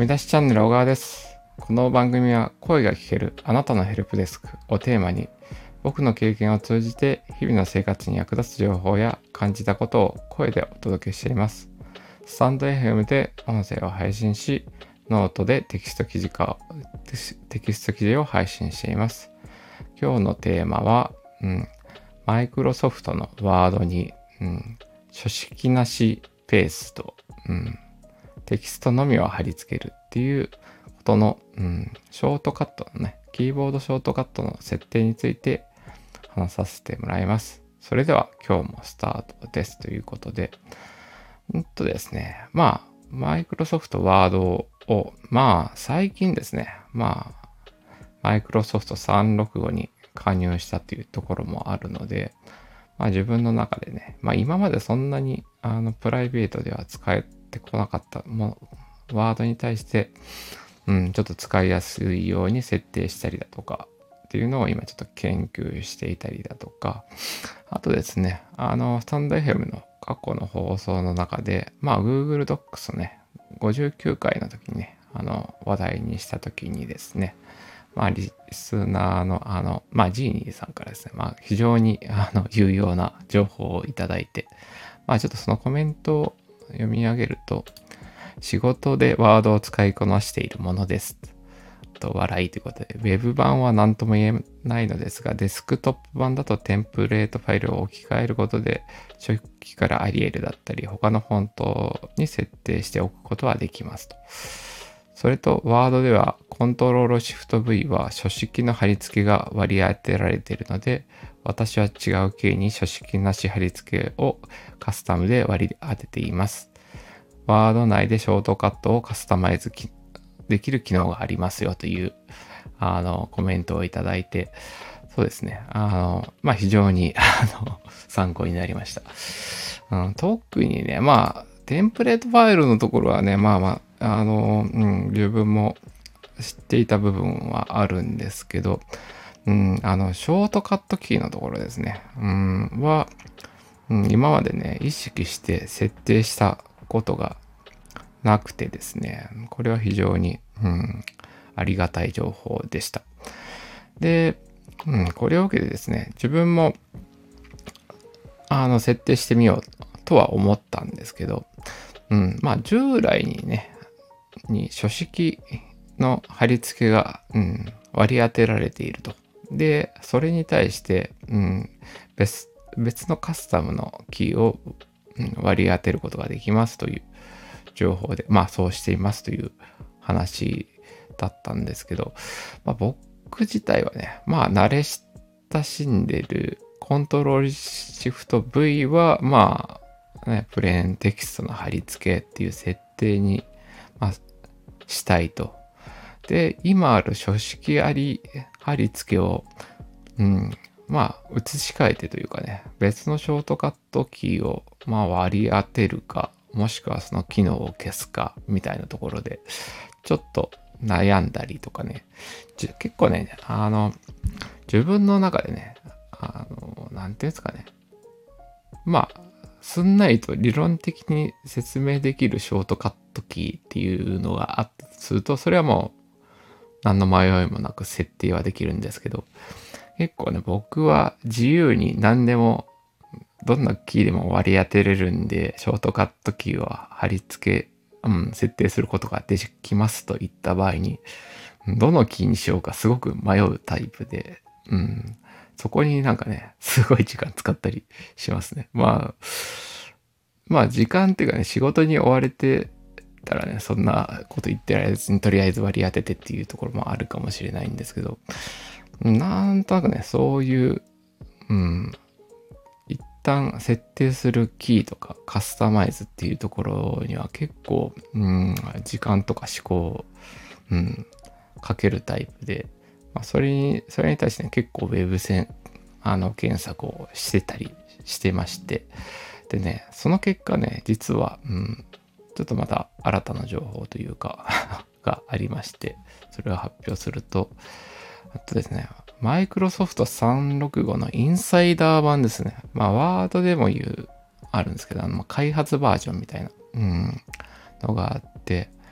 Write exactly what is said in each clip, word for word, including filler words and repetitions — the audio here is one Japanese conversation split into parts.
み出しチャンネル小川です。この番組は声が聞けるあなたのヘルプデスクをテーマに、僕の経験を通じて日々の生活に役立つ情報や感じたことを声でお届けしています。スタンド エフエム で音声を配信し、ノートでテキスト記事化テキスト記事を配信しています。今日のテーマは、うん、マイクロソフトのワードに、うん、書式なしペースと、うん、テキストのみを貼り付けるっていうことの、うん、ショートカットのね、キーボードショートカットの設定について話させてもらいます。それでは今日もスタートですということで、うんとですね、まあ、マイクロソフトワードを、まあ、最近ですね、まあ、マイクロソフトさんろくごに加入したというところもあるので、まあ自分の中でね、まあ今までそんなにあのプライベートでは使えてこなかったもの、ワードに対して、うん、ちょっと使いやすいように設定したりだとかっていうのを今ちょっと研究していたりだとか、あとですね、あの、スタンド エフエム の過去の放送の中で、まあ Google Docs ね、ごじゅうきゅうかいの時にね、あの、話題にした時にですね、まあ、リスナーの、あの、まあ、ジーニーさんからですね、まあ、非常に、あの、有用な情報をいただいて、まあ、ちょっとそのコメントを読み上げると、仕事でワードを使いこなしているものです。と、笑いということで、ウェブ版は何とも言えないのですが、デスクトップ版だとテンプレートファイルを置き換えることで、初期からアリエルだったり、他のフォントに設定しておくことはできますと。それと、ワードでは、コントロールシフト ブイ は書式の貼り付けが割り当てられているので、私は違うキーに書式なし貼り付けをカスタムで割り当てています。ワード内でショートカットをカスタマイズできる機能がありますよという、あの、コメントをいただいて、そうですね。あの、まあ、非常に、あの、参考になりました。うん、特にね、まあ、テンプレートファイルのところはね、まあまあ、あの、うん、自分も知っていた部分はあるんですけど、うん、あの、ショートカットキーのところですね、うん、は、うん、今までね、意識して設定したことがなくてですね、これは非常に、うん、ありがたい情報でした。で、うん、これを受けてですね、自分も、あの、設定してみようとは思ったんですけど、うん、まあ、従来にね、に書式の貼り付けが、うん、割り当てられていると。で、それに対して、うん、別別のカスタムのキーを、うん、割り当てることができますという情報で、まあそうしていますという話だったんですけど、まあ、僕自体はね、まあ慣れ親しんでるコントロールシフト ブイ は、まあ、ね、プレーンテキストの貼り付けっていう設定に、まあ、したいと。で、今ある書式あり、貼り付けを、うん、まあ、移し替えてというかね、別のショートカットキーを、まあ、割り当てるか、もしくはその機能を消すか、みたいなところで、ちょっと悩んだりとかね、結構ね、あの、自分の中でね、あの、なんていうんですかね、まあ、すんなりと理論的に説明できるショートカットキーっていうのがあったとすると、それはもう何の迷いもなく設定はできるんですけど、結構ね、僕は自由に何でも、どんなキーでも割り当てれるんで、ショートカットキーを貼り付け、うん、設定することができますといった場合に、どのキーにしようかすごく迷うタイプで、うん、そこになんかね、すごい時間使ったりしますね。まあ、まあ時間っていうかね、仕事に追われてたらね、そんなこと言ってられずにとりあえず割り当ててっていうところもあるかもしれないんですけど、なんとなくね、そういう、うん、一旦設定するキーとかカスタマイズっていうところには結構、うん、時間とか思考を、うん、かけるタイプで、まあ、それに、それに対してね、結構ウェブ戦、あの、検索をしてたりしてまして、でね、その結果ね、実は、うん、ちょっとまた新たな情報というかがありまして、それを発表すると、あとですね、マイクロソフトさんろくごのインサイダー版ですね。まあ、ワードでも言う、あるんですけど、あの開発バージョンみたいな、うん、のがあって、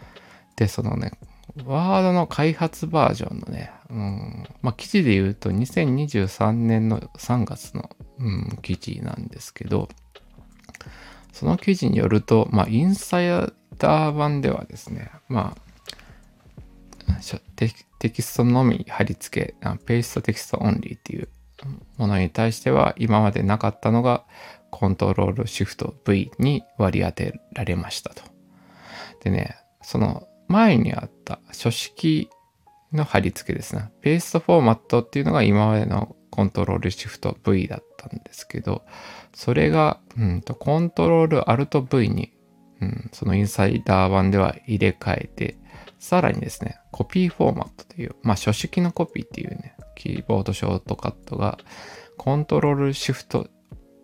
で、そのね、ワードの開発バージョンのね、うん、まあ記事で言うとにせんにじゅうさんねんのさんがつの、うん、記事なんですけど、その記事によると、まあインサイダー版ではですね、まあテ, テキストのみ貼り付け、ペーストテキストオンリーっていうものに対しては今までなかったのがコントロールシフト V に割り当てられましたと。でね、その前にあった書式の貼り付けですね。ペーストフォーマットっていうのが今までのコントロールシフト V だったんですけど、それが、うんと、コントロールアルト V に、うん、そのインサイダー版では入れ替えて、さらにですね、コピーフォーマットという、まあ書式のコピーっていうね、キーボードショートカットがコントロールシフト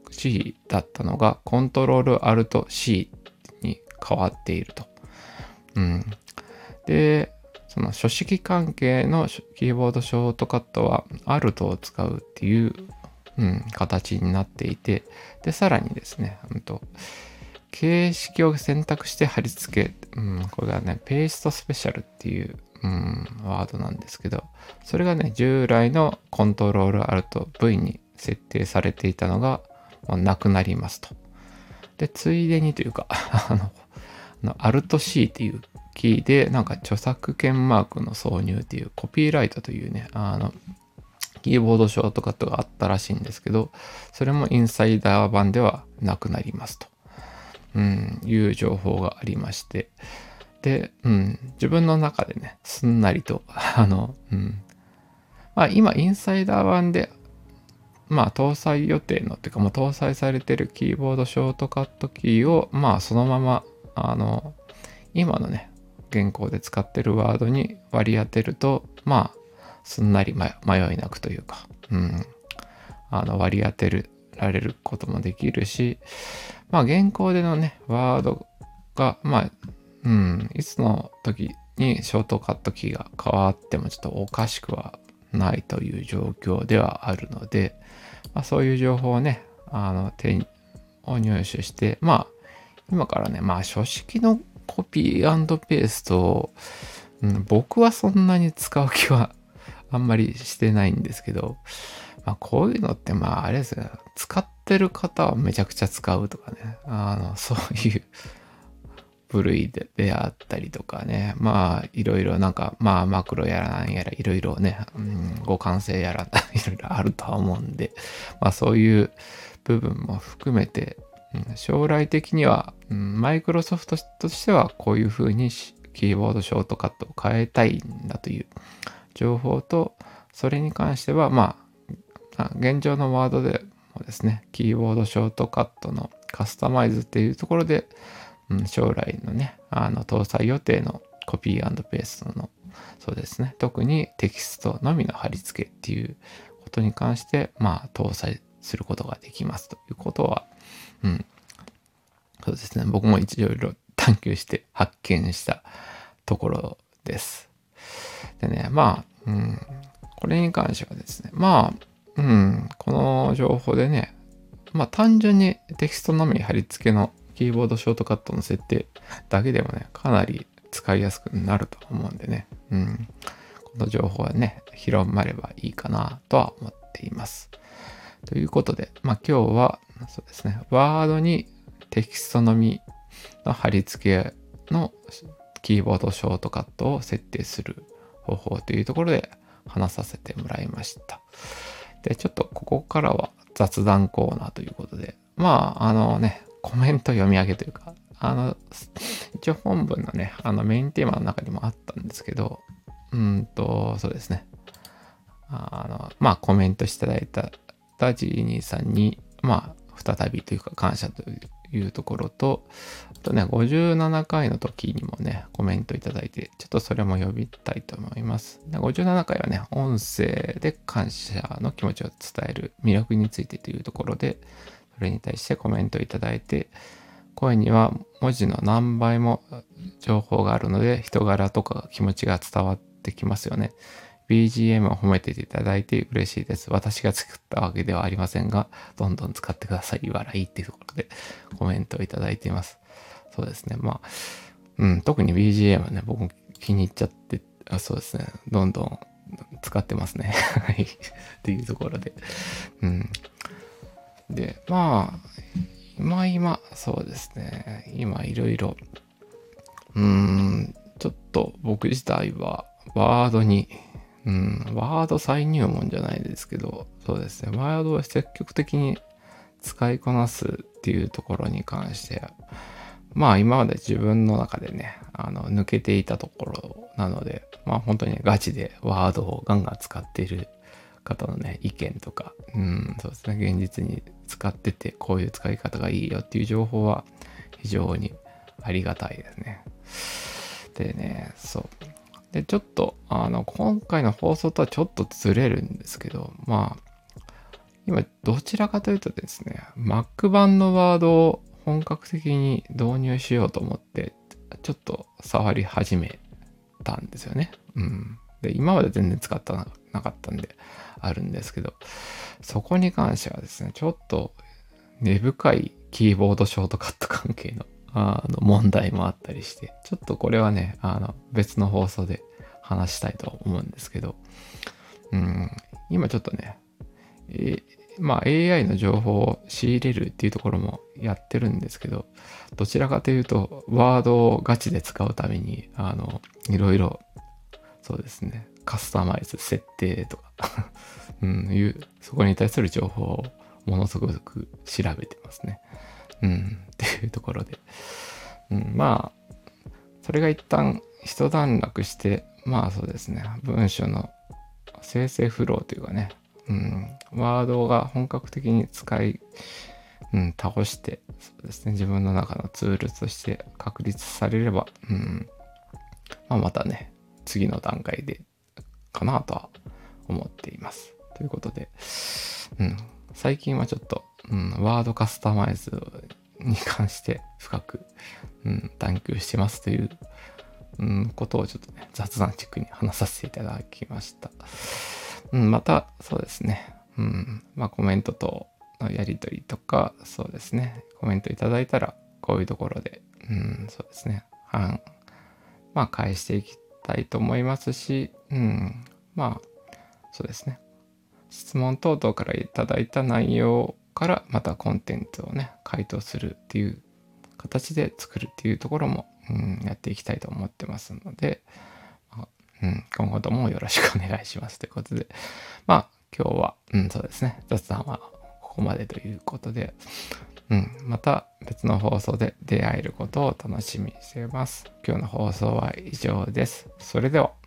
C だったのがコントロールアルト C に変わっていると。うん。で、その書式関係のキーボードショートカットは アルト を使うっていう、うん、形になっていて、で、さらにですね、うんと形式を選択して貼り付け、うん、これがね、ペーストスペシャルっていう、うん、ワードなんですけど、それがね、従来のコントロールアルト V に設定されていたのが、まあ、なくなりますと。で、ついでにというか、あの、アルト C っていうキーで、なんか著作権マークの挿入っていうコピーライトというね、あの、キーボードショートカットがあったらしいんですけど、それもインサイダー版ではなくなりますと。うん、いう情報がありまして。で、うん、自分の中でね、すんなりと、あの、うん。まあ今、インサイダー版で、まあ搭載予定のっていうか、もう搭載されてるキーボードショートカットキーを、まあそのまま、あの、今のね、現行で使ってるワードに割り当てると、まあ、すんなり迷いなくというか、うん、あの割り当てるられることもできるし、まあ現行でのね、ワードが、まあ、うん、いつの時にショートカットキーが変わってもちょっとおかしくはないという状況ではあるので、まあ、そういう情報をね、あの、手を入手して、まあ、今からね、まあ書式のコピーペーストを、うん、僕はそんなに使う気はあんまりしてないんですけど、まあこういうのってまああれですよ、使ってる方はめちゃくちゃ使うとかね、あの、そういう部類でであったりとかね、まあいろいろなんか、まあマクロやらなんやらいろいろね、うん、互換性やらいろいろあるとは思うんで、まあそういう部分も含めて、うん、将来的には、マイクロソフトとしてはこういう風にキーボードショートカットを変えたいんだという情報と、それに関しては、まあ、現状のワードでもですね、キーボードショートカットのカスタマイズっていうところで、うん、将来のね、あの搭載予定のコピー&ペーストの、そうですね、特にテキストのみの貼り付けっていうことに関して、まあ、搭載することができますということは、うん、そうですね、僕も一応いろいろ探求して発見したところです。でね、まあ、うん、これに関してはですね、まあ、うん、この情報でね、まあ単純にテキストのみ貼り付けのキーボードショートカットの設定だけでもね、かなり使いやすくなると思うんでね、うん、この情報はね、広まればいいかなとは思っています。ということで、まあ今日は、そうですね、ワードにテキストのみの貼り付けのキーボードショートカットを設定する方法というところで話させてもらいました。で、ちょっとここからは雑談コーナーということで、まあ、あのね、コメント読み上げというか、あの、一応本文のね、あのメインテーマの中にもあったんですけど、うんと、そうですね。あの、まあ、コメントしていただいた、たジーニーさんに、まあ、再びというか感謝というところと、あとね、ごじゅうななかいの時にもね、コメントいただいて、ちょっとそれも呼びたいと思います。でごじゅうななかいはね、音声で感謝の気持ちを伝える魅力についてというところで、それに対してコメントいただいて、声には文字の何倍も情報があるので、人柄とか気持ちが伝わってきますよね。ビージーエム を褒めていただいて嬉しいです。私が作ったわけではありませんが、どんどん使ってください。笑いっていうところでコメントをいただいています。そうですね。まあ、 うん、特に ビージーエム はね、僕も気に入っちゃって、あ、そうですね、どんどん使ってますね。はい。っていうところで。うん。で、まあ、今今、そうですね、今いろいろ、うーん、ちょっと僕自体はワードに、うん、ワード再入門じゃないですけど、そうですね、ワードを積極的に使いこなすっていうところに関して、まあ今まで自分の中でね、あの抜けていたところなので、まあ本当にガチでワードをガンガン使っている方のね、意見とか、うん、そうですね、現実に使ってて、こういう使い方がいいよっていう情報は非常にありがたいですね。でね、そう。で、ちょっと、あの、今回の放送とはちょっとずれるんですけど、まあ、今、どちらかというとですね、Mac 版のワードを本格的に導入しようと思って、ちょっと触り始めたんですよね。うん。で、今まで全然使ってなかったんで、あるんですけど、そこに関してはですね、ちょっと根深いキーボードショートカット関係のあの問題もあったりして、ちょっとこれはね、あの別の放送で話したいと思うんですけど、うん、今ちょっとね、えまあ エーアイ の情報を仕入れるっていうところもやってるんですけど、どちらかというと、ワードをガチで使うために、あの、いろいろ、そうですね、カスタマイズ、設定とか、うん、いう、そこに対する情報をものすごく調べてますね。うん、っていうところで。うん、まあ、それが一旦一段落して、まあそうですね、文章の生成フローというかね、うん、ワードが本格的に使い、うん、倒して、そうですね、自分の中のツールとして確立されれば、うん、まあ、またね、次の段階でかなとは思っています。ということで、うん、最近はちょっと、うん、ワードカスタマイズに関して深く、うん、探求してますという、うん、ことをちょっとね、雑談チックに話させていただきました。うん、また、そうですね、うん、まあコメントとのやり取りとか、そうですね、コメントいただいたら、こういうところで、うん、そうですね、はまあ返していきたいと思いますし、うん、まあ、そうですね、質問等々からいただいた内容からまたコンテンツをね、回答するっていう形で作るっていうところも、うん、やっていきたいと思ってますので、うん、今後ともよろしくお願いしますということで、まあ今日は、うん、そうですね、雑談はここまでということで、うん、また別の放送で出会えることを楽しみにしています。今日の放送は以上です。それでは。